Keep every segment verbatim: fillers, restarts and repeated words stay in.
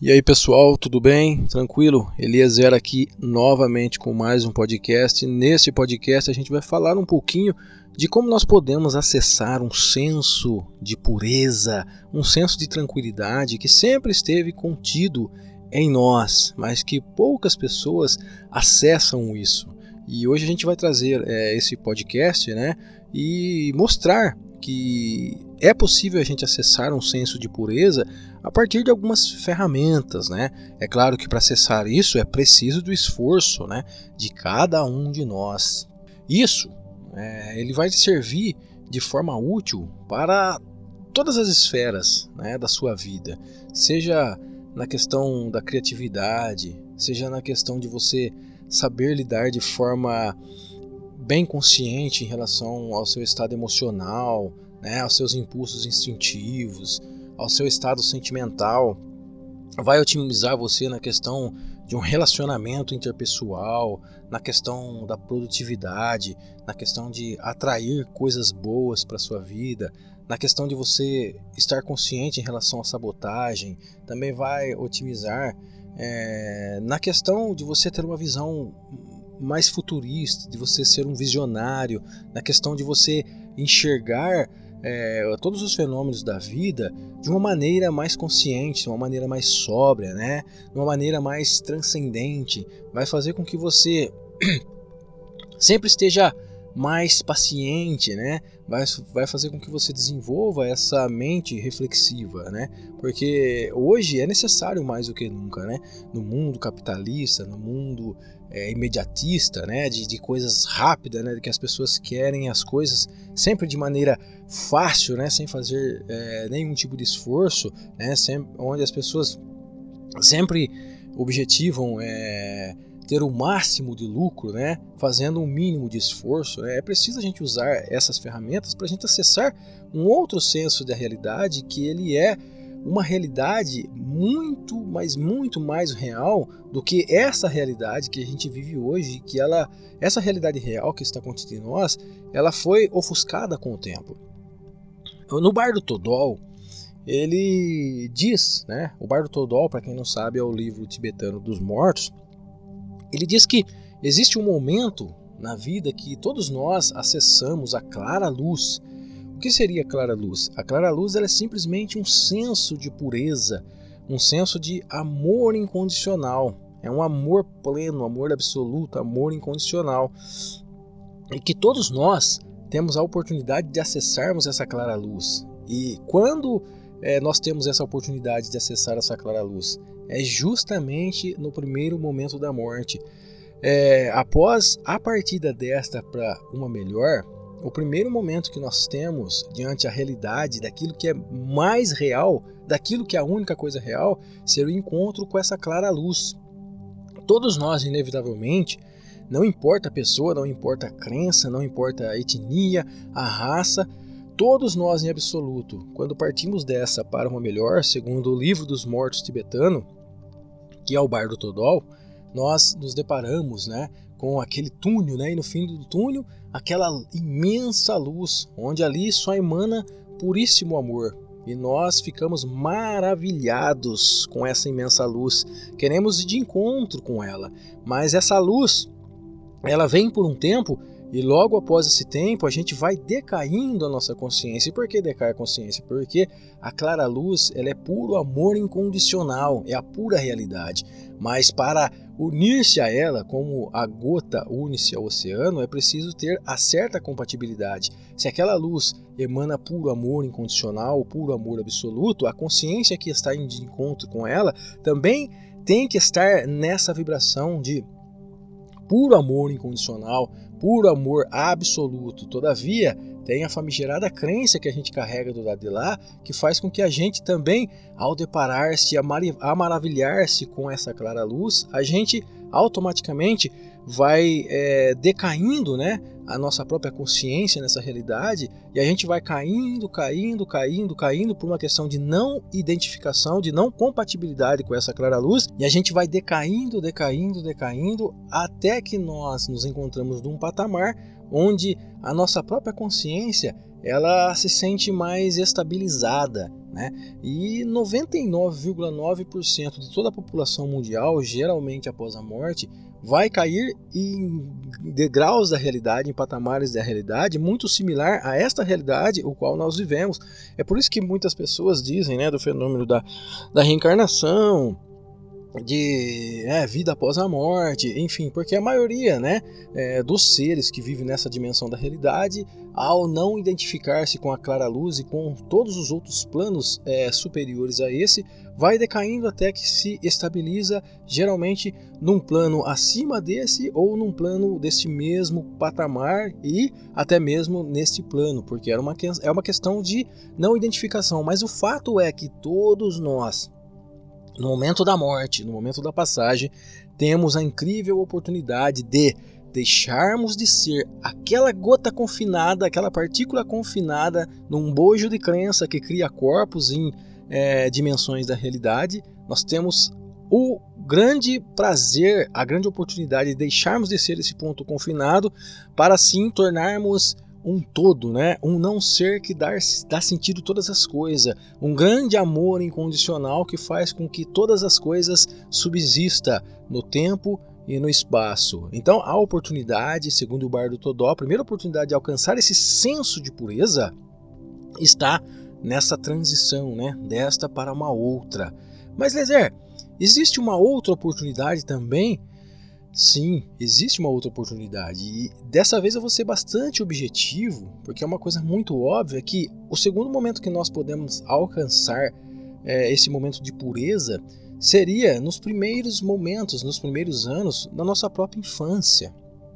E aí pessoal, tudo bem? Tranquilo? Eliezer aqui novamente com mais um podcast. Nesse podcast a gente vai falar um pouquinho de como nós podemos acessar um senso de pureza, um senso de tranquilidade que sempre esteve contido em nós, mas que poucas pessoas acessam isso. E hoje a gente vai trazer é, esse podcast, né, e mostrar que é possível a gente acessar um senso de pureza a partir de algumas ferramentas, né? É claro que para acessar isso é preciso do esforço, né, de cada um de nós. Isso, é, ele vai servir de forma útil para todas as esferas, né, da sua vida, seja na questão da criatividade, seja na questão de você saber lidar de forma bem consciente em relação ao seu estado emocional, né, aos seus impulsos instintivos, ao seu estado sentimental. Vai otimizar você na questão de um relacionamento interpessoal, na questão da produtividade, na questão de atrair coisas boas para a sua vida, na questão de você estar consciente em relação à sabotagem. Também vai otimizar é, na questão de você ter uma visão mais futurista, de você ser um visionário, na questão de você enxergar é, todos os fenômenos da vida de uma maneira mais consciente, de uma maneira mais sóbria, né? De uma maneira mais transcendente. Vai fazer com que você sempre esteja mais paciente, né? Vai, vai fazer com que você desenvolva essa mente reflexiva, né? Porque hoje é necessário mais do que nunca, né? No mundo capitalista, no mundo é, imediatista, né? De, de coisas rápidas, né? De que as pessoas querem as coisas sempre de maneira fácil, né? Sem fazer é, nenhum tipo de esforço, né? Sempre, onde as pessoas sempre objetivam é, ter o máximo de lucro, né, fazendo um mínimo de esforço. Né? É preciso a gente usar essas ferramentas para a gente acessar um outro senso da realidade, que ele é uma realidade muito, mas muito mais real do que essa realidade que a gente vive hoje, que ela, essa realidade real que está contida em nós, ela foi ofuscada com o tempo. No Bardo Todol, ele diz, né, o Bardo Todol, para quem não sabe, é o livro tibetano dos mortos. Ele diz que existe um momento na vida que todos nós acessamos a clara luz. O que seria a clara luz? A clara luz ela é simplesmente um senso de pureza, um senso de amor incondicional. É um amor pleno, amor absoluto, amor incondicional. E que todos nós temos a oportunidade de acessarmos essa clara luz. E quando é, nós temos essa oportunidade de acessar essa clara luz? É justamente no primeiro momento da morte. É, após a partida desta para uma melhor, o primeiro momento que nós temos diante a realidade daquilo que é mais real, daquilo que é a única coisa real, ser o encontro com essa clara luz. Todos nós, inevitavelmente, não importa a pessoa, não importa a crença, não importa a etnia, a raça, todos nós em absoluto, quando partimos dessa para uma melhor, segundo o livro dos mortos tibetano, que é o Bardo Todol, nós nos deparamos, né, com aquele túnel, né, e no fim do túnel, aquela imensa luz, onde ali só emana puríssimo amor. E nós ficamos maravilhados com essa imensa luz, queremos ir de encontro com ela, mas essa luz, ela vem por um tempo. E logo após esse tempo, a gente vai decaindo a nossa consciência. E por que decai a consciência? Porque a clara luz ela é puro amor incondicional, é a pura realidade. Mas para unir-se a ela, como a gota une-se ao oceano, é preciso ter a certa compatibilidade. Se aquela luz emana puro amor incondicional, puro amor absoluto, a consciência que está em encontro com ela também tem que estar nessa vibração de puro amor incondicional, puro amor absoluto. Todavia, tem a famigerada crença que a gente carrega do lado de lá, que faz com que a gente também, ao deparar-se, a maravilhar-se com essa clara luz, a gente automaticamente vai é, decaindo, né, a nossa própria consciência nessa realidade, e a gente vai caindo, caindo, caindo, caindo por uma questão de não identificação, de não compatibilidade com essa clara luz, e a gente vai decaindo, decaindo, decaindo, até que nós nos encontramos num patamar onde a nossa própria consciência ela se sente mais estabilizada, né? E noventa e nove vírgula nove por cento de toda a população mundial, geralmente após a morte, vai cair em degraus da realidade, em patamares da realidade, muito similar a esta realidade o qual nós vivemos. É por isso que muitas pessoas dizem, né, do fenômeno da, da reencarnação, de é, vida após a morte, enfim, porque a maioria, né, é, dos seres que vivem nessa dimensão da realidade, ao não identificar-se com a clara luz e com todos os outros planos é, superiores a esse, vai decaindo até que se estabiliza geralmente num plano acima desse ou num plano deste mesmo patamar e até mesmo neste plano, porque era uma, é uma questão de não identificação. Mas o fato é que todos nós, no momento da morte, no momento da passagem, temos a incrível oportunidade de deixarmos de ser aquela gota confinada, aquela partícula confinada num bojo de crença que cria corpos em é, dimensões da realidade. Nós temos o grande prazer, a grande oportunidade de deixarmos de ser esse ponto confinado para assim tornarmos um todo, né? Um não ser que dá, dá sentido a todas as coisas, um grande amor incondicional que faz com que todas as coisas subsistam no tempo e no espaço. Então a oportunidade, segundo o Bardo Todó, a primeira oportunidade de alcançar esse senso de pureza está nessa transição, né? Desta para uma outra. Mas Lezer, existe uma outra oportunidade também? Sim, existe uma outra oportunidade e dessa vez eu vou ser bastante objetivo, porque é uma coisa muito óbvia que o segundo momento que nós podemos alcançar é, esse momento de pureza seria nos primeiros momentos, nos primeiros anos da nossa própria infância,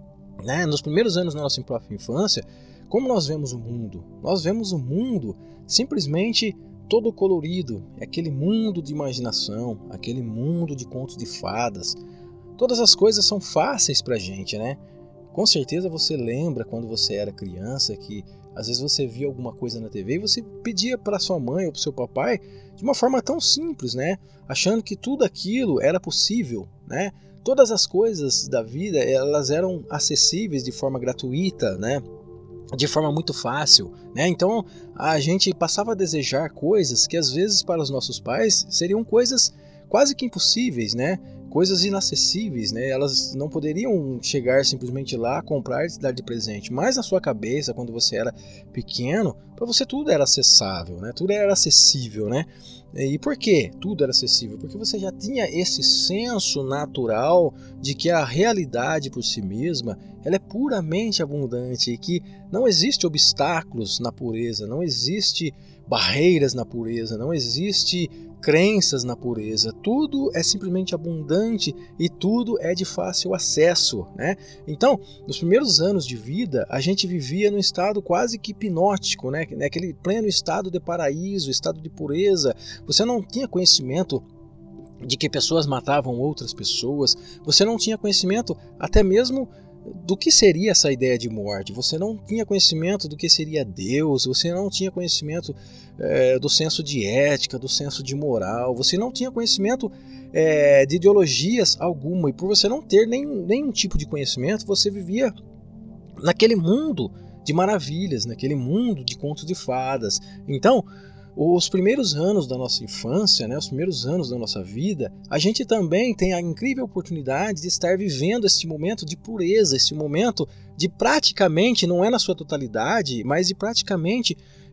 né? Nos primeiros anos da nossa própria infância, como nós vemos o mundo? Nós vemos o mundo simplesmente todo colorido, é aquele mundo de imaginação, aquele mundo de contos de fadas. Todas as coisas são fáceis pra gente, né? Com certeza você lembra quando você era criança que às vezes você via alguma coisa na T V e você pedia para sua mãe ou para seu papai de uma forma tão simples, né? Achando que tudo aquilo era possível, né? Todas as coisas da vida, elas eram acessíveis de forma gratuita, né? De forma muito fácil, né? Então a gente passava a desejar coisas que às vezes para os nossos pais seriam coisas quase que impossíveis, né? Coisas inacessíveis, né? Elas não poderiam chegar simplesmente lá, comprar e te dar de presente. Mas na sua cabeça, quando você era pequeno, para você tudo era acessável, né? Tudo era acessível, né? E por que tudo era acessível? Porque você já tinha esse senso natural de que a realidade por si mesma ela é puramente abundante e que não existe obstáculos na pureza, não existe barreiras na pureza, não existe crenças na pureza, tudo é simplesmente abundante e tudo é de fácil acesso, né? Então, nos primeiros anos de vida, a gente vivia num estado quase que hipnótico, né? Aquele pleno estado de paraíso, estado de pureza. Você não tinha conhecimento de que pessoas matavam outras pessoas, você não tinha conhecimento até mesmo do que seria essa ideia de morte, você não tinha conhecimento do que seria Deus, você não tinha conhecimento é, do senso de ética, do senso de moral, você não tinha conhecimento é, de ideologias alguma, e por você não ter nenhum, nenhum tipo de conhecimento, você vivia naquele mundo de maravilhas, naquele mundo de contos de fadas. Então, os primeiros anos da nossa infância, né, os primeiros anos da nossa vida, a gente também tem a incrível oportunidade de estar vivendo este momento de pureza, este momento de praticamente, não é na sua totalidade, mas de praticamente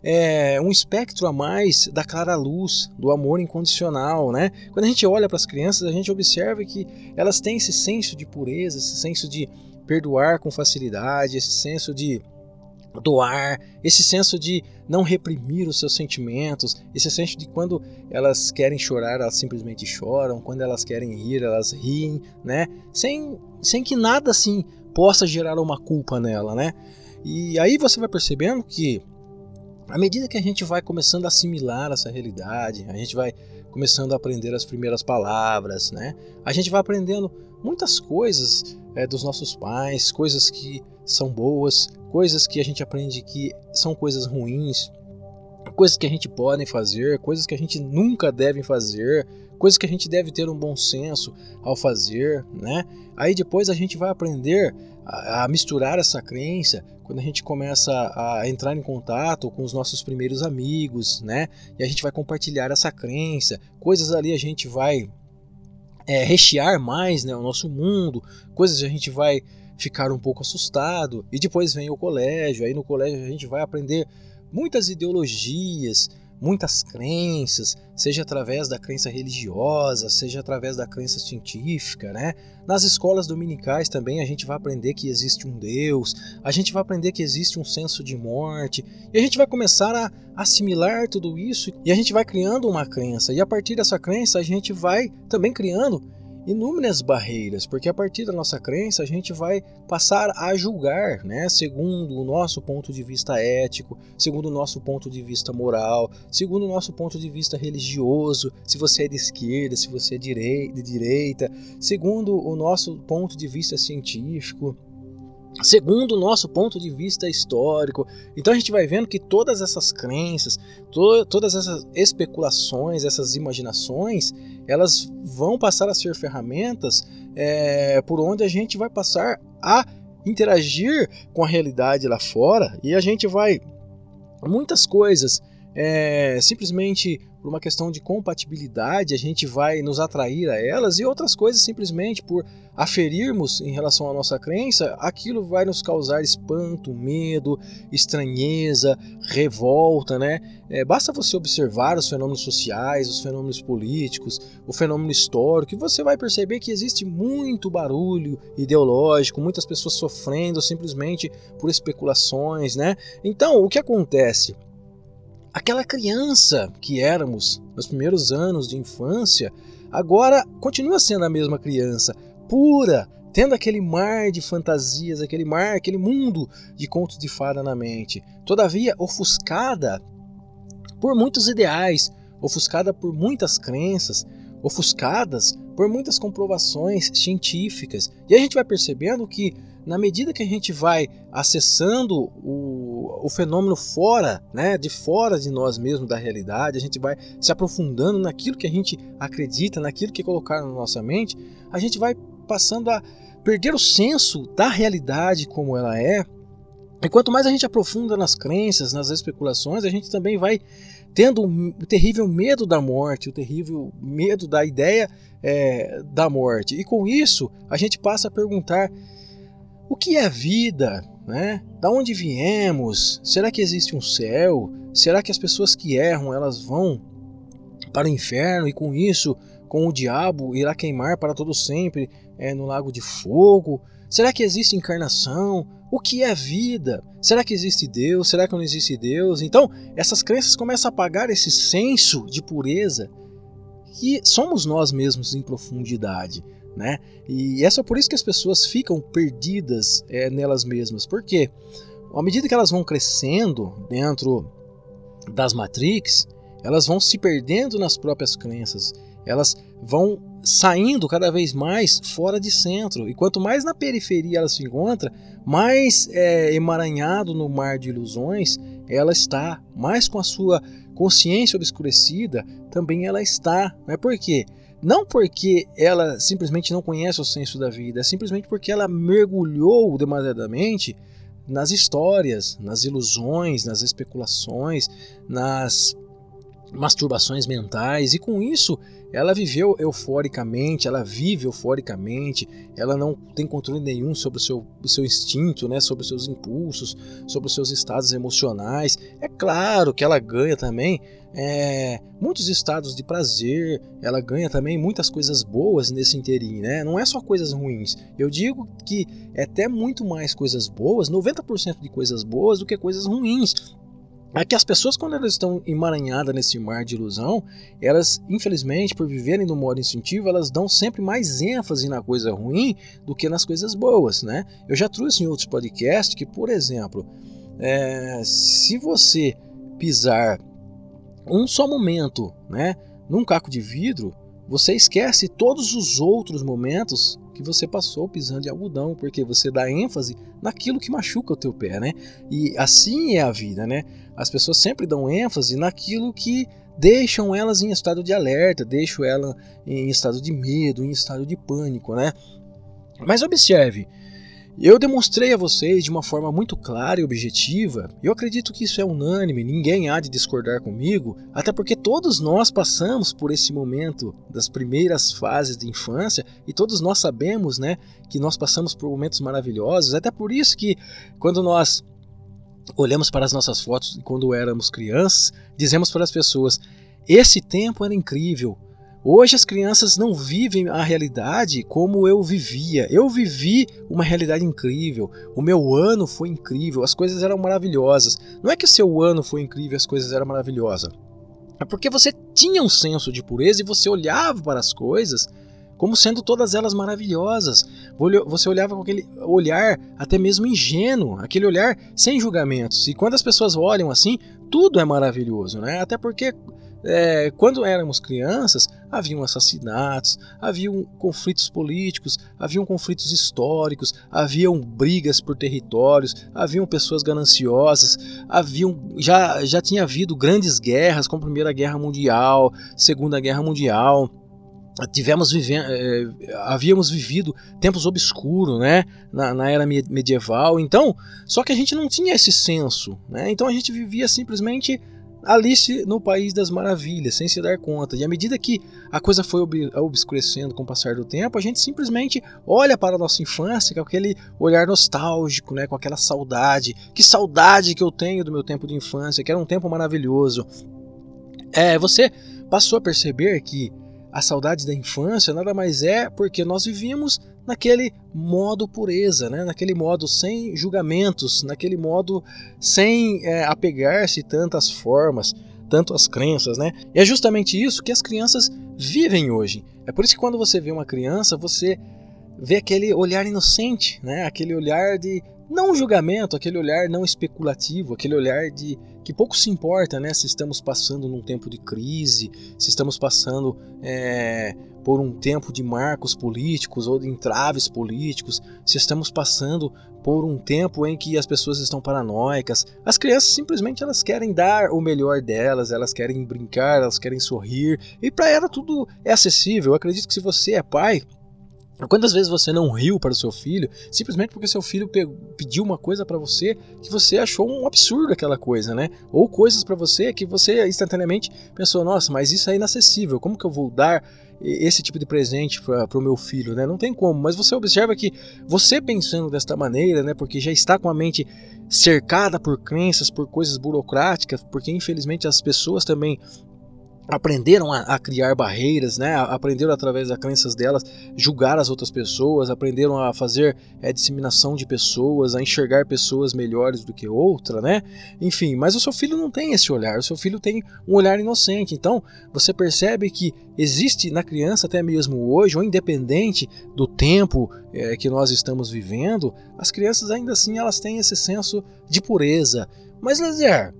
é, um espectro a mais da clara luz, do amor incondicional, né? Quando a gente olha para as crianças, a gente observa que elas têm esse senso de pureza, esse senso de perdoar com facilidade, esse senso de doar, esse senso de não reprimir os seus sentimentos, esse senso de quando elas querem chorar, elas simplesmente choram, quando elas querem rir, elas riem, né? Sem, sem que nada assim possa gerar uma culpa nela, né? E aí você vai percebendo que à medida que a gente vai começando a assimilar essa realidade, a gente vai começando a aprender as primeiras palavras, né? A gente vai aprendendo muitas coisas é, dos nossos pais, coisas que são boas, coisas que a gente aprende que são coisas ruins, coisas que a gente pode fazer, coisas que a gente nunca deve fazer, coisas que a gente deve ter um bom senso ao fazer, né? Aí depois a gente vai aprender a, a misturar essa crença quando a gente começa a entrar em contato com os nossos primeiros amigos, né? E a gente vai compartilhar essa crença, coisas ali a gente vai é, rechear mais, né, o nosso mundo, coisas a gente vai ficar um pouco assustado, e depois vem o colégio, aí no colégio a gente vai aprender muitas ideologias, muitas crenças, seja através da crença religiosa, seja através da crença científica, né? Nas escolas dominicais também a gente vai aprender que existe um Deus, a gente vai aprender que existe um senso de morte, e a gente vai começar a assimilar tudo isso, e a gente vai criando uma crença, e a partir dessa crença a gente vai também criando inúmeras barreiras, porque a partir da nossa crença a gente vai passar a julgar, né, segundo o nosso ponto de vista ético, segundo o nosso ponto de vista moral, segundo o nosso ponto de vista religioso, se você é de esquerda, se você é de direita, segundo o nosso ponto de vista científico, segundo o nosso ponto de vista histórico. Então a gente vai vendo que todas essas crenças, to todas essas especulações, essas imaginações, elas vão passar a ser ferramentas é, por onde a gente vai passar a interagir com a realidade lá fora, e a gente vai, muitas coisas, é, simplesmente por uma questão de compatibilidade, a gente vai nos atrair a elas, e outras coisas simplesmente por aferirmos em relação à nossa crença, aquilo vai nos causar espanto, medo, estranheza, revolta, né? É, basta você observar os fenômenos sociais, os fenômenos políticos, o fenômeno histórico, e você vai perceber que existe muito barulho ideológico, muitas pessoas sofrendo simplesmente por especulações, né? Então, o que acontece? Aquela criança que éramos nos primeiros anos de infância, agora continua sendo a mesma criança, pura, tendo aquele mar de fantasias, aquele mar, aquele mundo de contos de fada na mente. Todavia, ofuscada por muitos ideais, ofuscada por muitas crenças, ofuscadas por muitas comprovações científicas. E a gente vai percebendo que, na medida que a gente vai acessando o, o fenômeno fora, né, de fora de nós mesmos, da realidade, a gente vai se aprofundando naquilo que a gente acredita, naquilo que colocaram na nossa mente, a gente vai passando a perder o senso da realidade como ela é. E quanto mais a gente aprofunda nas crenças, nas especulações, a gente também vai tendo o terrível medo da morte, o terrível medo da ideia é, da morte. E com isso, a gente passa a perguntar: o que é a vida? Né? Da onde viemos? Será que existe um céu? Será que as pessoas que erram, elas vão para o inferno, e com isso, com o diabo, irá queimar para todo sempre é, no lago de fogo? Será que existe encarnação? O que é vida? Será que existe Deus? Será que não existe Deus? Então, essas crenças começam a apagar esse senso de pureza que somos nós mesmos em profundidade, né? E é só por isso que as pessoas ficam perdidas é, nelas mesmas, porque à medida que elas vão crescendo dentro das Matrix, elas vão se perdendo nas próprias crenças, elas vão saindo cada vez mais fora de centro, e quanto mais na periferia ela se encontra, mais é, emaranhado no mar de ilusões ela está, mais com a sua consciência obscurecida também ela está, né? Por quê? Não porque ela simplesmente não conhece o senso da vida, é simplesmente porque ela mergulhou demasiadamente nas histórias, nas ilusões, nas especulações, nas masturbações mentais, e com isso ela viveu euforicamente, ela vive euforicamente, ela não tem controle nenhum sobre o seu, o seu instinto, né, sobre os seus impulsos, sobre os seus estados emocionais. É claro que ela ganha também é, muitos estados de prazer, ela ganha também muitas coisas boas nesse inteirinho, né? Não é só coisas ruins. Eu digo que é até muito mais coisas boas, noventa por cento de coisas boas do que coisas ruins. É que as pessoas, quando elas estão emaranhadas nesse mar de ilusão, elas, infelizmente, por viverem no modo instintivo, elas dão sempre mais ênfase na coisa ruim do que nas coisas boas, né? Eu já trouxe em outros podcasts que, por exemplo, é, se você pisar um só momento, né, num caco de vidro, você esquece todos os outros momentos que você passou pisando em algodão, porque você dá ênfase naquilo que machuca o teu pé, né? E assim é a vida, né? As pessoas sempre dão ênfase naquilo que deixam elas em estado de alerta, deixam elas em estado de medo, em estado de pânico, né? Mas observe, eu demonstrei a vocês de uma forma muito clara e objetiva, eu acredito que isso é unânime, ninguém há de discordar comigo, até porque todos nós passamos por esse momento das primeiras fases de infância e todos nós sabemos, né, que nós passamos por momentos maravilhosos, até por isso que quando nós olhamos para as nossas fotos quando éramos crianças, dizemos para as pessoas, esse tempo era incrível. Hoje as crianças não vivem a realidade como eu vivia. Eu vivi uma realidade incrível. O meu ano foi incrível. As coisas eram maravilhosas. Não é que o seu ano foi incrível e as coisas eram maravilhosas. É porque você tinha um senso de pureza e você olhava para as coisas como sendo todas elas maravilhosas. Você olhava com aquele olhar até mesmo ingênuo, aquele olhar sem julgamentos. E quando as pessoas olham assim, tudo é maravilhoso, né? Até porque É, quando éramos crianças, haviam assassinatos, haviam conflitos políticos, haviam conflitos históricos, haviam brigas por territórios, haviam pessoas gananciosas, haviam, já, já tinha havido grandes guerras, como a Primeira Guerra Mundial, Segunda Guerra Mundial. Tivemos vivendo, é, havíamos vivido tempos obscuros, né, na, na era medieval. Então, só que a gente não tinha esse senso, né? Então a gente vivia simplesmente Alice no País das Maravilhas, sem se dar conta. E à medida que a coisa foi ob obscurecendo com o passar do tempo, a gente simplesmente olha para a nossa infância com aquele olhar nostálgico, né, com aquela saudade. Que saudade que eu tenho do meu tempo de infância, que era um tempo maravilhoso. É, você passou a perceber que a saudade da infância nada mais é porque nós vivíamos naquele modo pureza, né? Naquele modo sem julgamentos, naquele modo sem é, apegar-se tantas formas, tanto as crenças, né? E é justamente isso que as crianças vivem hoje. É por isso que quando você vê uma criança, você vê aquele olhar inocente, né? Aquele olhar de não julgamento, aquele olhar não especulativo, aquele olhar de que pouco se importa, né, se estamos passando num tempo de crise, se estamos passando é, por um tempo de marcos políticos ou de entraves políticos, se estamos passando por um tempo em que as pessoas estão paranoicas. As crianças simplesmente elas querem dar o melhor delas, elas querem brincar, elas querem sorrir, e para ela tudo é acessível. Eu acredito que se você é pai, quantas vezes você não riu para o seu filho simplesmente porque seu filho pediu uma coisa para você que você achou um absurdo aquela coisa, né? Ou coisas para você que você instantaneamente pensou, nossa, mas isso é inacessível, como que eu vou dar esse tipo de presente para o meu filho, né? Não tem como, mas você observa que você pensando desta maneira, né? Porque já está com a mente cercada por crenças, por coisas burocráticas, porque infelizmente as pessoas também aprenderam a, a criar barreiras, né? Aprenderam através das crenças delas julgar as outras pessoas, aprenderam a fazer é, disseminação de pessoas, a enxergar pessoas melhores do que outra, né? Enfim, mas o seu filho não tem esse olhar, o seu filho tem um olhar inocente. Então você percebe que existe na criança, até mesmo hoje, ou independente do tempo é, que nós estamos vivendo, as crianças ainda assim elas têm esse senso de pureza. Mas Lazer,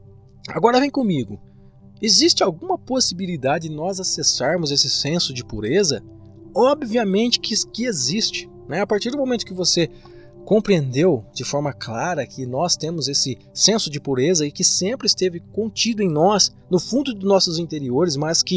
agora vem comigo. Existe alguma possibilidade de nós acessarmos esse senso de pureza? Obviamente que, que existe, né? A partir do momento que você compreendeu de forma clara que nós temos esse senso de pureza e que sempre esteve contido em nós, no fundo dos nossos interiores, mas que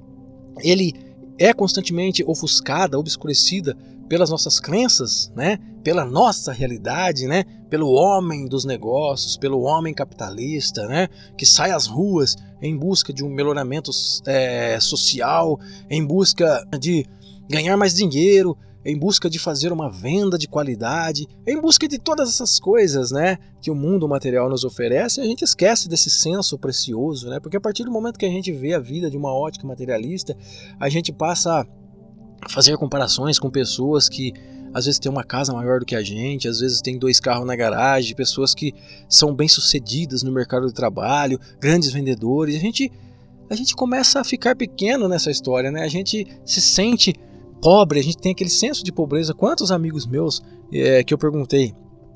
ele é constantemente ofuscada, obscurecida pelas nossas crenças, né? Pela nossa realidade, né? Pelo homem dos negócios, pelo homem capitalista, né? Que sai às ruas em busca de um melhoramento é, social, em busca de ganhar mais dinheiro, em busca de fazer uma venda de qualidade, em busca de todas essas coisas, né, que o mundo material nos oferece. A gente esquece desse senso precioso, né? Porque a partir do momento que a gente vê a vida de uma ótica materialista, a gente passa a fazer comparações com pessoas que às vezes têm uma casa maior do que a gente, às vezes tem dois carros na garagem, pessoas que são bem-sucedidas no mercado de trabalho, grandes vendedores. A gente, a gente começa a ficar pequeno nessa história, né? A gente se sente pobre, a gente tem aquele senso de pobreza. Quantos amigos meus é, que eu perguntei,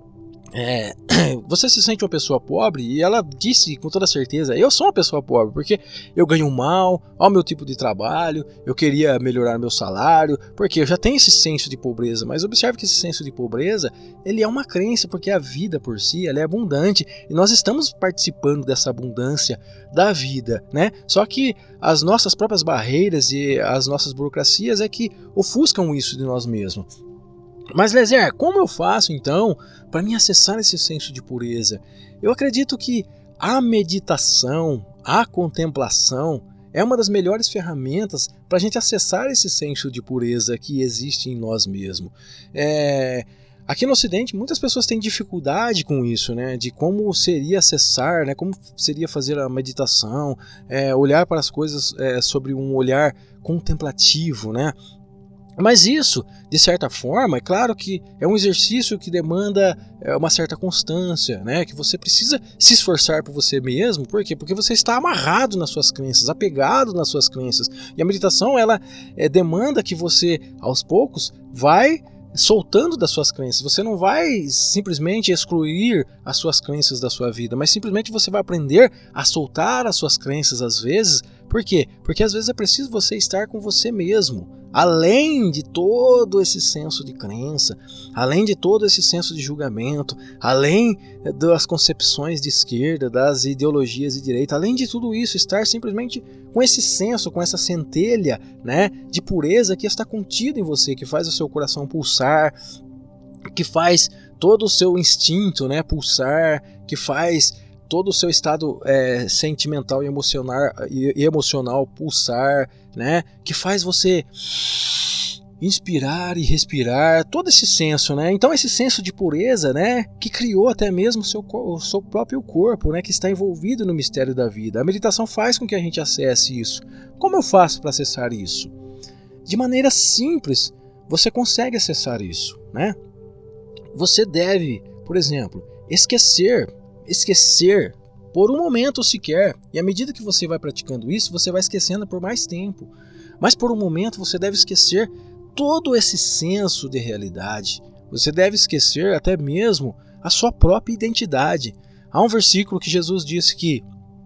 É, você se sente uma pessoa pobre, e ela disse com toda certeza, eu sou uma pessoa pobre, porque eu ganho mal, ao meu tipo de trabalho, eu queria melhorar meu salário, porque eu já tenho esse senso de pobreza. Mas observe que esse senso de pobreza, ele é uma crença, porque a vida por si, ela é abundante, e nós estamos participando dessa abundância da vida, né? Só que as nossas próprias barreiras e as nossas burocracias é que ofuscam isso de nós mesmos. Mas, Lézer, como eu faço então para me acessar esse senso de pureza? Eu acredito que a meditação, a contemplação é uma das melhores ferramentas para a gente acessar esse senso de pureza que existe em nós mesmos. É... Aqui no Ocidente, muitas pessoas têm dificuldade com isso, né? De como seria acessar, né? Como seria fazer a meditação, é, olhar para as coisas é, sobre um olhar contemplativo, né? Mas isso, de certa forma, é claro que é um exercício que demanda uma certa constância, né? Que você precisa se esforçar por você mesmo. Por quê? Porque você está amarrado nas suas crenças, apegado nas suas crenças. E a meditação, ela é, demanda que você, aos poucos, vai soltando das suas crenças. Você não vai simplesmente excluir as suas crenças da sua vida, mas simplesmente você vai aprender a soltar as suas crenças às vezes. Por quê? Porque às vezes é preciso você estar com você mesmo. Além de todo esse senso de crença, além de todo esse senso de julgamento, além das concepções de esquerda, das ideologias de direita, além de tudo isso, estar simplesmente com esse senso, com essa centelha, né, de pureza que está contida em você, que faz o seu coração pulsar, que faz todo o seu instinto, né, pulsar, que faz todo o seu estado é, sentimental e emocional, e, e emocional pulsar, né? Que faz você inspirar e respirar, todo esse senso, né? Então esse senso de pureza, né? Que criou até mesmo o seu, o seu próprio corpo, né? Que está envolvido no mistério da vida. A meditação faz com que a gente acesse isso. Como eu faço para acessar isso? De maneira simples, você consegue acessar isso, né? Você deve, por exemplo, esquecer esquecer por um momento sequer, e à medida que você vai praticando isso, você vai esquecendo por mais tempo, mas por um momento você deve esquecer todo esse senso de realidade, você deve esquecer até mesmo a sua própria identidade. Há um versículo que Jesus disse que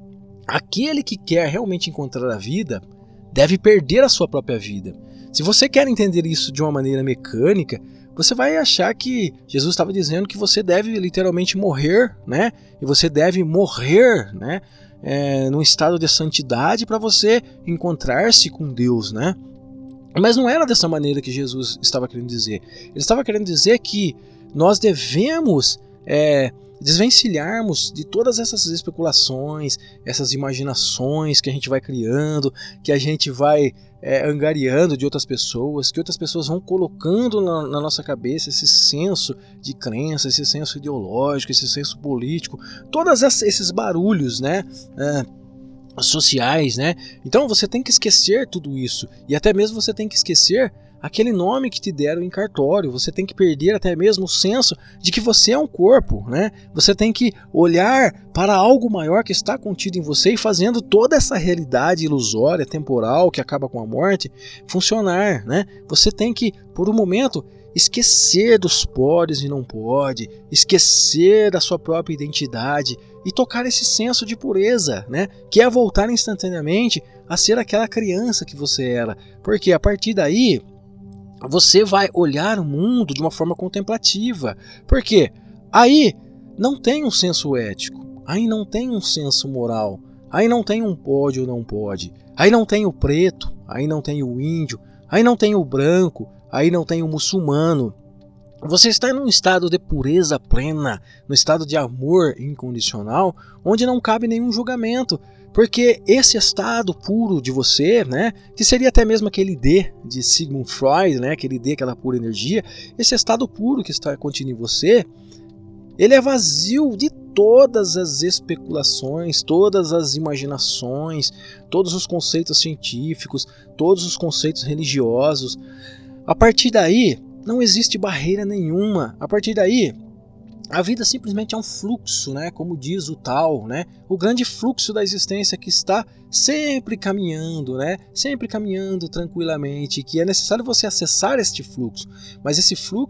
aquele que quer realmente encontrar a vida deve perder a sua própria vida. Se você quer entender isso de uma maneira mecânica, você vai achar que Jesus estava dizendo que você deve literalmente morrer, né? E você deve morrer, né? É, num estado de santidade para você encontrar-se com Deus, né? Mas não era dessa maneira que Jesus estava querendo dizer. Ele estava querendo dizer que nós devemos é, desvencilharmos de todas essas especulações, essas imaginações que a gente vai criando, que a gente vai é, angariando de outras pessoas, que outras pessoas vão colocando na, na nossa cabeça esse senso de crença, esse senso ideológico, esse senso político, todos esses barulhos, né? É, sociais, né? Então você tem que esquecer tudo isso, e até mesmo você tem que esquecer aquele nome que te deram em cartório. Você tem que perder até mesmo o senso de que você é um corpo, né? Você tem que olhar para algo maior que está contido em você e fazendo toda essa realidade ilusória, temporal, que acaba com a morte, funcionar, né? Você tem que, por um momento, esquecer dos podes e não pode, esquecer da sua própria identidade e tocar esse senso de pureza, né? Que é voltar instantaneamente a ser aquela criança que você era, porque a partir daí você vai olhar o mundo de uma forma contemplativa, porque aí não tem um senso ético, aí não tem um senso moral, aí não tem um pode ou não pode, aí não tem o preto, aí não tem o índio, aí não tem o branco, aí não tem o muçulmano. Você está num estado de pureza plena, no estado de amor incondicional, onde não cabe nenhum julgamento, porque esse estado puro de você, né, que seria até mesmo aquele D de Sigmund Freud, né, aquele D, aquela pura energia, esse estado puro que está contido em você, ele é vazio de todas as especulações, todas as imaginações, todos os conceitos científicos, todos os conceitos religiosos. A partir daí, não existe barreira nenhuma. A partir daí, a vida simplesmente é um fluxo, né? Como diz o Tao, né? O grande fluxo da existência que está sempre caminhando, né? Sempre caminhando tranquilamente, que é necessário você acessar este fluxo. Mas esse fluxo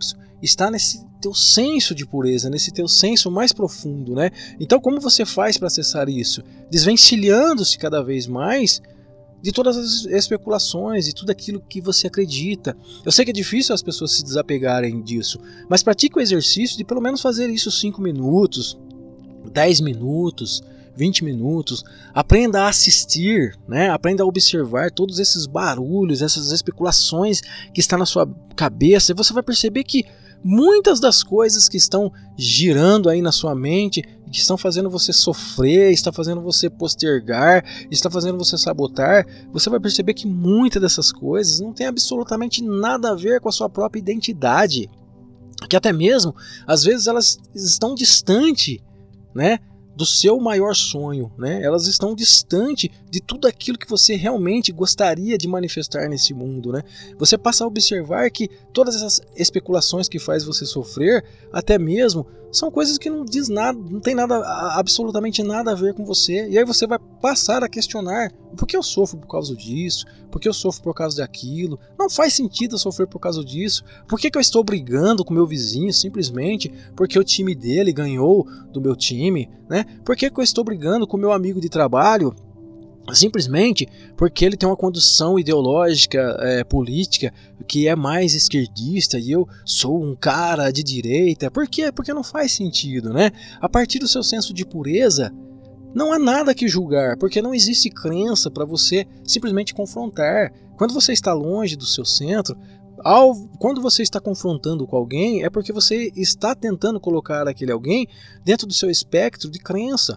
está nesse teu senso de pureza, nesse teu senso mais profundo, né? Então como você faz para acessar isso? Desvencilhando-se cada vez mais de todas as especulações, de tudo aquilo que você acredita. Eu sei que é difícil as pessoas se desapegarem disso, mas pratique o exercício de pelo menos fazer isso cinco minutos, dez minutos, vinte minutos. Aprenda a assistir, né? Aprenda a observar todos esses barulhos, essas especulações que estão na sua cabeça, e você vai perceber que muitas das coisas que estão girando aí na sua mente, que estão fazendo você sofrer, está fazendo você postergar, está fazendo você sabotar, você vai perceber que muitas dessas coisas não tem absolutamente nada a ver com a sua própria identidade, que até mesmo às vezes elas estão distantes, né, do seu maior sonho, né? Elas estão distante de tudo aquilo que você realmente gostaria de manifestar nesse mundo, né? Você passa a observar que todas essas especulações que faz você sofrer, até mesmo, são coisas que não diz nada, não tem nada, absolutamente nada a ver com você. E aí você vai passar a questionar: por que eu sofro por causa disso? Por que eu sofro por causa daquilo? Não faz sentido eu sofrer por causa disso. Por que que eu estou brigando com meu vizinho simplesmente porque o time dele ganhou do meu time, né? Por que que eu estou brigando com meu amigo de trabalho simplesmente porque ele tem uma condução ideológica, é, política, que é mais esquerdista e eu sou um cara de direita? Por quê? Porque não faz sentido, né? A partir do seu senso de pureza, não há nada que julgar, porque não existe crença para você simplesmente confrontar. Quando você está longe do seu centro, ao, quando você está confrontando com alguém, é porque você está tentando colocar aquele alguém dentro do seu espectro de crença.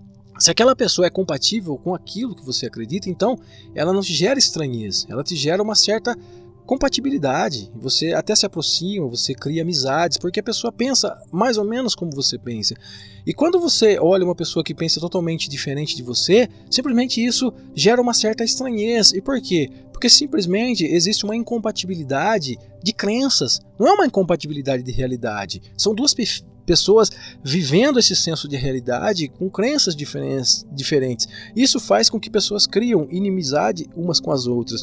Se aquela pessoa é compatível com aquilo que você acredita, então ela não te gera estranheza, ela te gera uma certa compatibilidade. Você até se aproxima, você cria amizades, porque a pessoa pensa mais ou menos como você pensa. E quando você olha uma pessoa que pensa totalmente diferente de você, simplesmente isso gera uma certa estranheza. E por quê? Porque simplesmente existe uma incompatibilidade de crenças, não é uma incompatibilidade de realidade. São duas pessoas vivendo esse senso de realidade com crenças diferentes. Isso faz com que pessoas criam inimizade umas com as outras.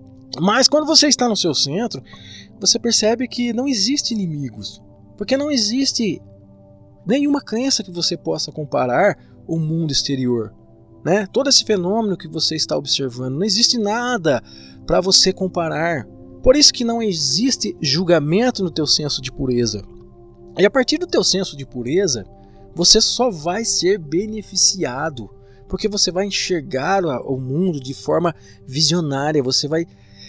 Mas quando você está no seu centro, você percebe que não existe inimigos, porque não existe nenhuma crença que você possa comparar o mundo exterior, né? Todo esse fenômeno que você está observando, não existe nada para você comparar. Por isso que não existe julgamento no teu senso de pureza. E a partir do teu senso de pureza, você só vai ser beneficiado, porque você vai enxergar o mundo de forma visionária, você vai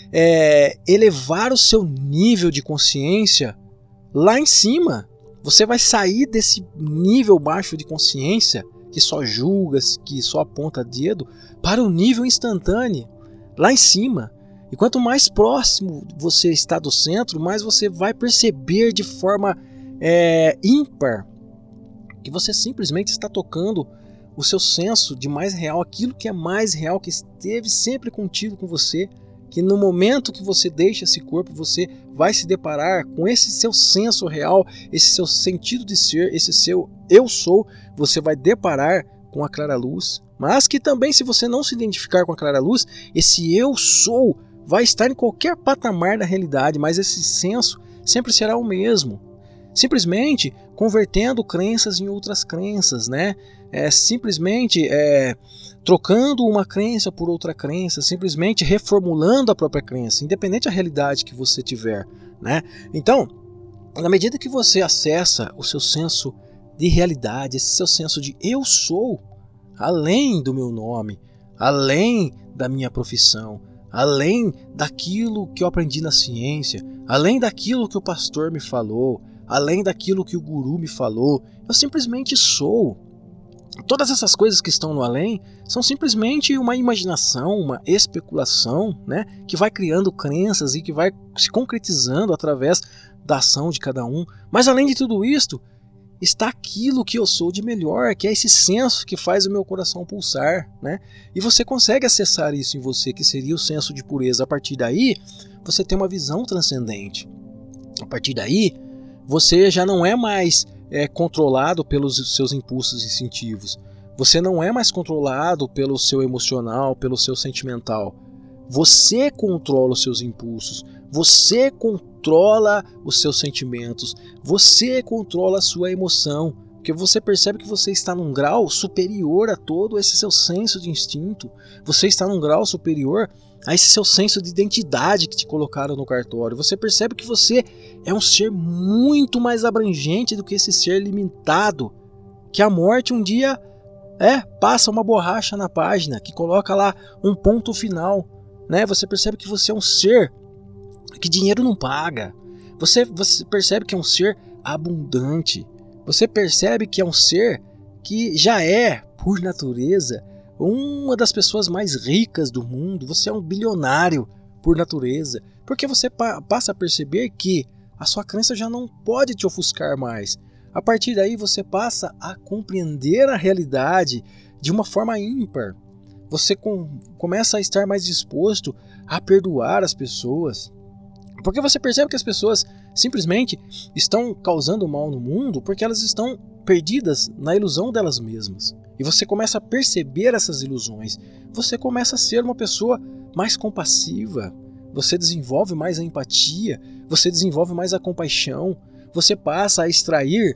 é, elevar o seu nível de consciência lá em cima. Você vai sair desse nível baixo de consciência, que só julga, que só aponta dedo, para um nível instantâneo, lá em cima. E quanto mais próximo você está do centro, mais você vai perceber de forma é, ímpar que você simplesmente está tocando o seu senso de mais real, aquilo que é mais real, que esteve sempre contigo com você, que no momento que você deixa esse corpo, você vai se deparar com esse seu senso real, esse seu sentido de ser, esse seu eu sou, você vai deparar com a clara luz, mas que também, se você não se identificar com a clara luz, esse eu sou vai estar em qualquer patamar da realidade, mas esse senso sempre será o mesmo. Simplesmente convertendo crenças em outras crenças, né? É, simplesmente é, trocando uma crença por outra crença, simplesmente reformulando a própria crença, independente da realidade que você tiver, né? Então, na medida que você acessa o seu senso de realidade, esse seu senso de eu sou, além do meu nome, além da minha profissão, além daquilo que eu aprendi na ciência, além daquilo que o pastor me falou, além daquilo que o guru me falou, eu simplesmente sou. Todas essas coisas que estão no além são simplesmente uma imaginação, uma especulação, né, que vai criando crenças e que vai se concretizando através da ação de cada um. Mas além de tudo isto, está aquilo que eu sou de melhor, que é esse senso que faz o meu coração pulsar, né? E você consegue acessar isso em você, que seria o senso de pureza. A partir daí, você tem uma visão transcendente. A partir daí, você já não é mais é, controlado pelos seus impulsos instintivos. Você não é mais controlado pelo seu emocional, pelo seu sentimental. Você controla os seus impulsos, você controla os seus sentimentos, você controla a sua emoção, porque você percebe que você está num grau superior a todo esse seu senso de instinto, você está num grau superior a esse seu senso de identidade que te colocaram no cartório. Você percebe que você é um ser muito mais abrangente do que esse ser limitado, que a morte um dia é, passa uma borracha na página, que coloca lá um ponto final. Né? Você percebe que você é um ser que dinheiro não paga. Você, você percebe que é um ser abundante. Você percebe que é um ser que já é, por natureza, uma das pessoas mais ricas do mundo. Você é um bilionário por natureza. Porque você pa- passa a perceber que a sua crença já não pode te ofuscar mais. A partir daí você passa a compreender a realidade de uma forma ímpar. Você com, começa a estar mais disposto a perdoar as pessoas. Porque você percebe que as pessoas simplesmente estão causando mal no mundo porque elas estão perdidas na ilusão delas mesmas. E você começa a perceber essas ilusões. Você começa a ser uma pessoa mais compassiva. Você desenvolve mais a empatia. Você desenvolve mais a compaixão. Você passa a extrair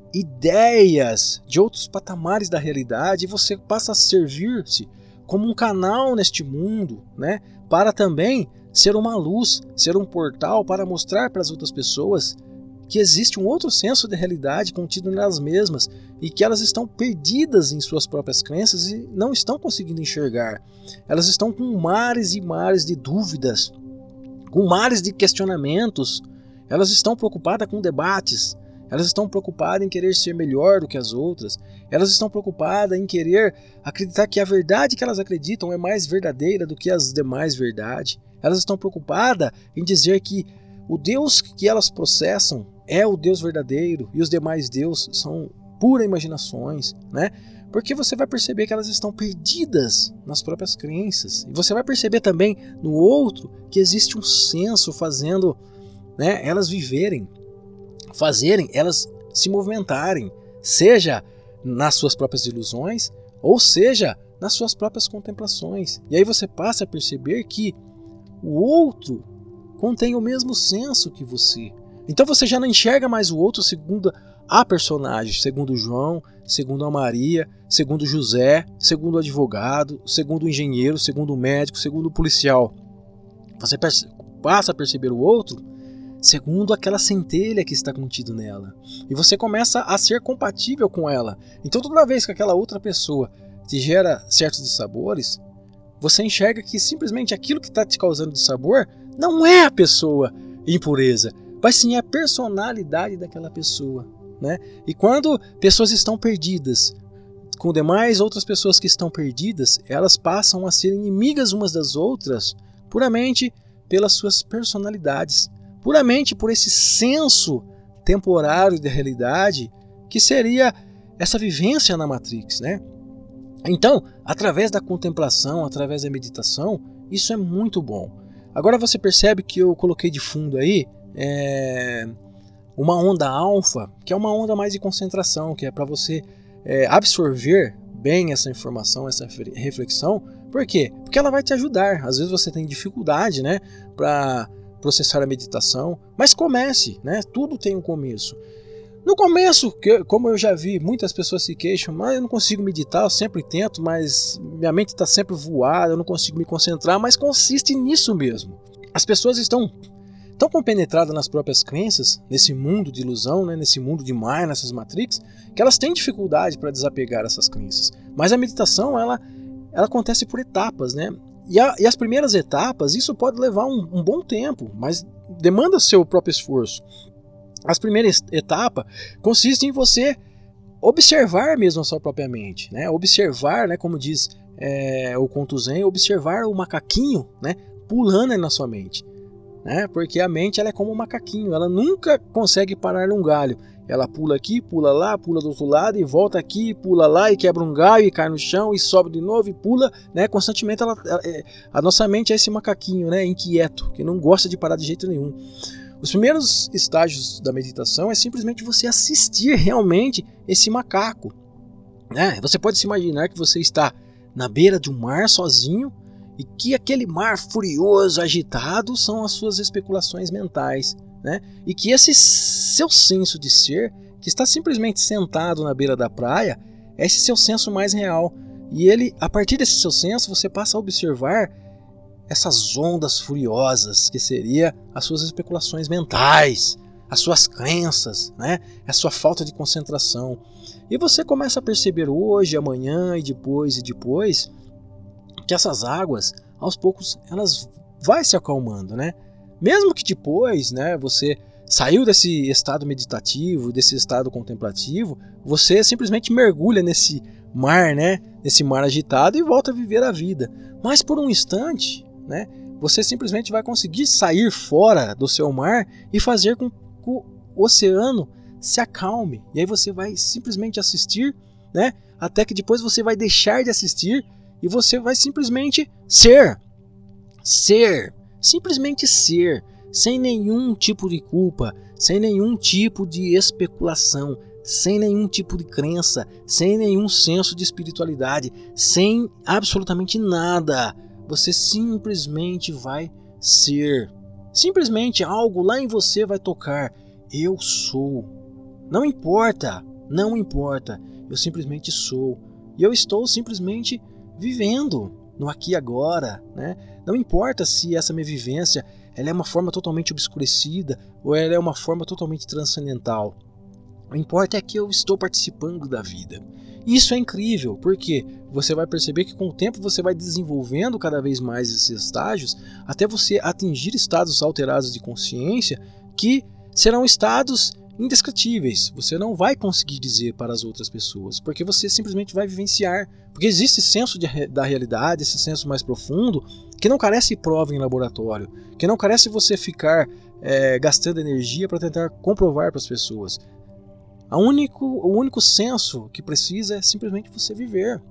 ideias de outros patamares da realidade e você passa a servir-se como um canal neste mundo, né? Para também ser uma luz, ser um portal para mostrar para as outras pessoas que existe um outro senso de realidade contido nelas mesmas e que elas estão perdidas em suas próprias crenças e não estão conseguindo enxergar. Elas estão com mares e mares de dúvidas, com mares de questionamentos. Elas estão preocupadas com debates. Elas estão preocupadas em querer ser melhor do que as outras. Elas estão preocupadas em querer acreditar que a verdade que elas acreditam é mais verdadeira do que as demais verdades. Elas estão preocupadas em dizer que o Deus que elas processam é o Deus verdadeiro e os demais deuses são pura imaginações, né? Porque você vai perceber que elas estão perdidas nas próprias crenças. E você vai perceber também no outro que existe um senso fazendo, né, elas viverem, fazerem elas se movimentarem, seja nas suas próprias ilusões, ou seja, nas suas próprias contemplações. E aí você passa a perceber que o outro contém o mesmo senso que você. Então você já não enxerga mais o outro segundo a personagem, segundo João, segundo a Maria, segundo José, segundo o advogado, segundo o engenheiro, segundo o médico, segundo o policial. Você passa a perceber o outro segundo aquela centelha que está contido nela. E você começa a ser compatível com ela. Então toda vez que aquela outra pessoa te gera certos dissabores, você enxerga que simplesmente aquilo que está te causando dissabor não é a pessoa em pureza, mas sim a personalidade daquela pessoa, né? E quando pessoas estão perdidas com demais outras pessoas que estão perdidas, elas passam a ser inimigas umas das outras puramente pelas suas personalidades, puramente por esse senso temporário de realidade que seria essa vivência na Matrix, né? Então, através da contemplação, através da meditação, isso é muito bom. Agora você percebe que eu coloquei de fundo aí é, uma onda alfa, que é uma onda mais de concentração, que é para você é, absorver bem essa informação, essa reflexão. Por quê? Porque ela vai te ajudar. Às vezes você tem dificuldade, né, para processar a meditação, mas comece, né? Tudo tem um começo. No começo, como eu já vi, muitas pessoas se queixam, mas eu não consigo meditar, eu sempre tento, mas minha mente está sempre voada, eu não consigo me concentrar, mas consiste nisso mesmo. As pessoas estão tão compenetradas nas próprias crenças, nesse mundo de ilusão, né, nesse mundo de Maia, nessas Matrix, que elas têm dificuldade para desapegar essas crenças. Mas a meditação, ela, ela acontece por etapas, né? E, a, e as primeiras etapas, isso pode levar um, um bom tempo, mas demanda seu próprio esforço. As primeiras etapas consistem em você observar mesmo a sua própria mente, né? Observar, né, como diz é, o Conto Zen, observar o macaquinho, né, pulando na sua mente, né? Porque a mente ela é como um macaquinho, ela nunca consegue parar num galho. Ela pula aqui, pula lá, pula do outro lado e volta aqui, pula lá e quebra um galho e cai no chão e sobe de novo e pula, né? Constantemente ela, ela, a nossa mente é esse macaquinho, né, inquieto, que não gosta de parar de jeito nenhum. Os primeiros estágios da meditação é simplesmente você assistir realmente esse macaco, né? Você pode se imaginar que você está na beira de um mar sozinho e que aquele mar furioso, agitado, são as suas especulações mentais, né? E que esse seu senso de ser, que está simplesmente sentado na beira da praia, é esse seu senso mais real. E ele, a partir desse seu senso, você passa a observar essas ondas furiosas, que seria as suas especulações mentais, as suas crenças, né? A sua falta de concentração. E você começa a perceber hoje, amanhã e depois e depois, que essas águas, aos poucos, elas vai se acalmando, né? Mesmo que depois, né, você saiu desse estado meditativo, desse estado contemplativo, você simplesmente mergulha nesse mar, né, nesse mar agitado e volta a viver a vida. Mas por um instante, né, você simplesmente vai conseguir sair fora do seu mar e fazer com que o oceano se acalme. E aí você vai simplesmente assistir, né, até que depois você vai deixar de assistir e você vai simplesmente ser. Ser. Simplesmente ser. Sem nenhum tipo de culpa, sem nenhum tipo de especulação, sem nenhum tipo de crença, sem nenhum senso de espiritualidade, sem absolutamente nada. Você simplesmente vai ser. Simplesmente algo lá em você vai tocar. Eu sou. Não importa, não importa. Eu simplesmente sou. E eu estou simplesmente vivendo no aqui e agora, né? Não importa se essa minha vivência ela é uma forma totalmente obscurecida ou ela é uma forma totalmente transcendental. O que importa é que eu estou participando da vida. Isso é incrível, porque você vai perceber que com o tempo você vai desenvolvendo cada vez mais esses estágios até você atingir estados alterados de consciência que serão estados indescritíveis. Você não vai conseguir dizer para as outras pessoas, porque você simplesmente vai vivenciar. Porque existe esse senso de, da realidade, esse senso mais profundo, que não carece de prova em laboratório, que não carece de você ficar é, gastando energia para tentar comprovar para as pessoas. A único, o único senso que precisa é simplesmente você viver.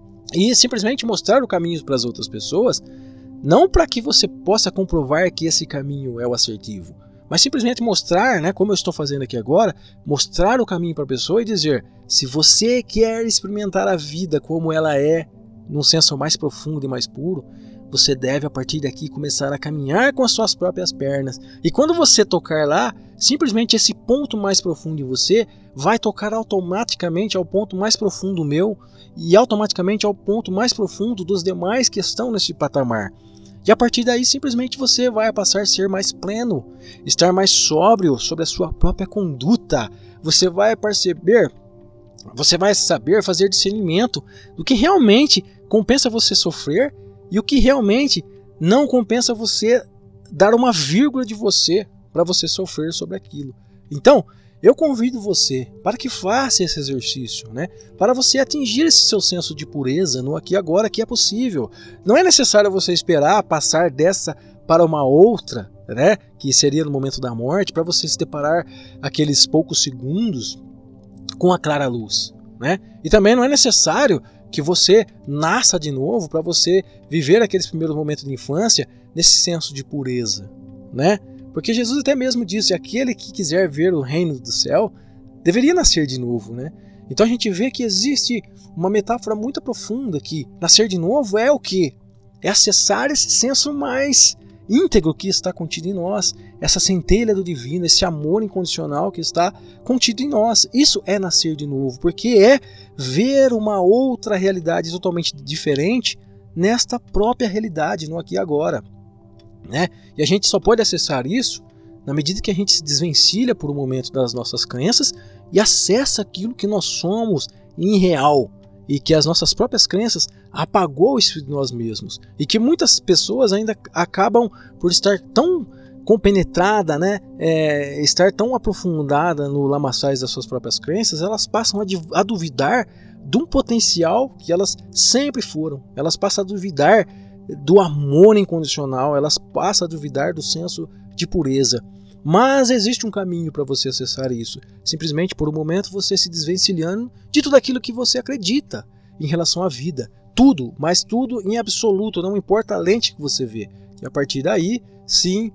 E simplesmente mostrar o caminho para as outras pessoas, não para que você possa comprovar que esse caminho é o assertivo, mas simplesmente mostrar, né, como eu estou fazendo aqui agora, mostrar o caminho para a pessoa e dizer, se você quer experimentar a vida como ela é, num senso mais profundo e mais puro, você deve a partir daqui começar a caminhar com as suas próprias pernas. E quando você tocar lá, simplesmente esse ponto mais profundo em você vai tocar automaticamente ao ponto mais profundo meu e automaticamente ao ponto mais profundo dos demais que estão nesse patamar. E a partir daí simplesmente você vai passar a ser mais pleno, estar mais sóbrio sobre a sua própria conduta. Você vai perceber, você vai saber fazer discernimento do que realmente compensa você sofrer e o que realmente não compensa você dar uma vírgula de você para você sofrer sobre aquilo. Então, eu convido você para que faça esse exercício, né? Para você atingir esse seu senso de pureza no aqui e agora, que é possível. Não é necessário você esperar passar dessa para uma outra, né? Que seria no momento da morte, para você se deparar aqueles poucos segundos com a clara luz, né? E também não é necessário que você nasça de novo para você viver aqueles primeiros momentos de infância nesse senso de pureza, né? Porque Jesus até mesmo disse, aquele que quiser ver o reino do céu, deveria nascer de novo, né? Então a gente vê que existe uma metáfora muito profunda que nascer de novo é o quê? É acessar esse senso mais íntegro que está contido em nós, essa centelha do divino, esse amor incondicional que está contido em nós. Isso é nascer de novo, porque é ver uma outra realidade totalmente diferente nesta própria realidade, no aqui e agora. Né? E a gente só pode acessar isso na medida que a gente se desvencilha por um momento das nossas crenças e acessa aquilo que nós somos em real e que as nossas próprias crenças apagou isso de nós mesmos e que muitas pessoas ainda acabam por estar tão compenetrada, né, é, estar tão aprofundada no lamaçais das suas próprias crenças, elas passam a, a duvidar de um potencial que elas sempre foram, elas passam a duvidar do amor incondicional, elas passam a duvidar do senso de pureza. Mas existe um caminho para você acessar isso. Simplesmente por um momento você se desvencilhando de tudo aquilo que você acredita em relação à vida. Tudo, mas tudo em absoluto, não importa a lente que você vê. E a partir daí, sim,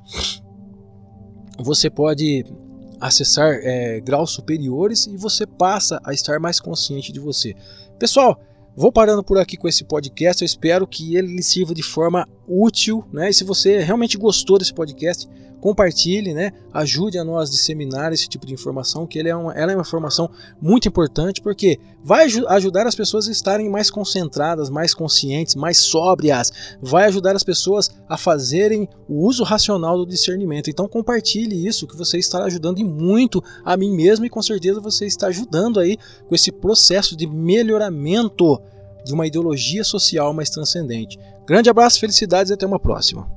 você pode acessar é, graus superiores e você passa a estar mais consciente de você. Pessoal, Vou parando por aqui com esse podcast, eu espero que ele lhe sirva de forma útil, né? E se você realmente gostou desse podcast, compartilhe, né? Ajude a nós disseminar esse tipo de informação, que ele é uma, ela é uma informação muito importante, porque vai ajudar as pessoas a estarem mais concentradas, mais conscientes, mais sóbrias, vai ajudar as pessoas a fazerem o uso racional do discernimento. Então compartilhe isso, que você estará ajudando muito a mim mesmo, e com certeza você está ajudando aí com esse processo de melhoramento de uma ideologia social mais transcendente. Grande abraço, felicidades e até uma próxima.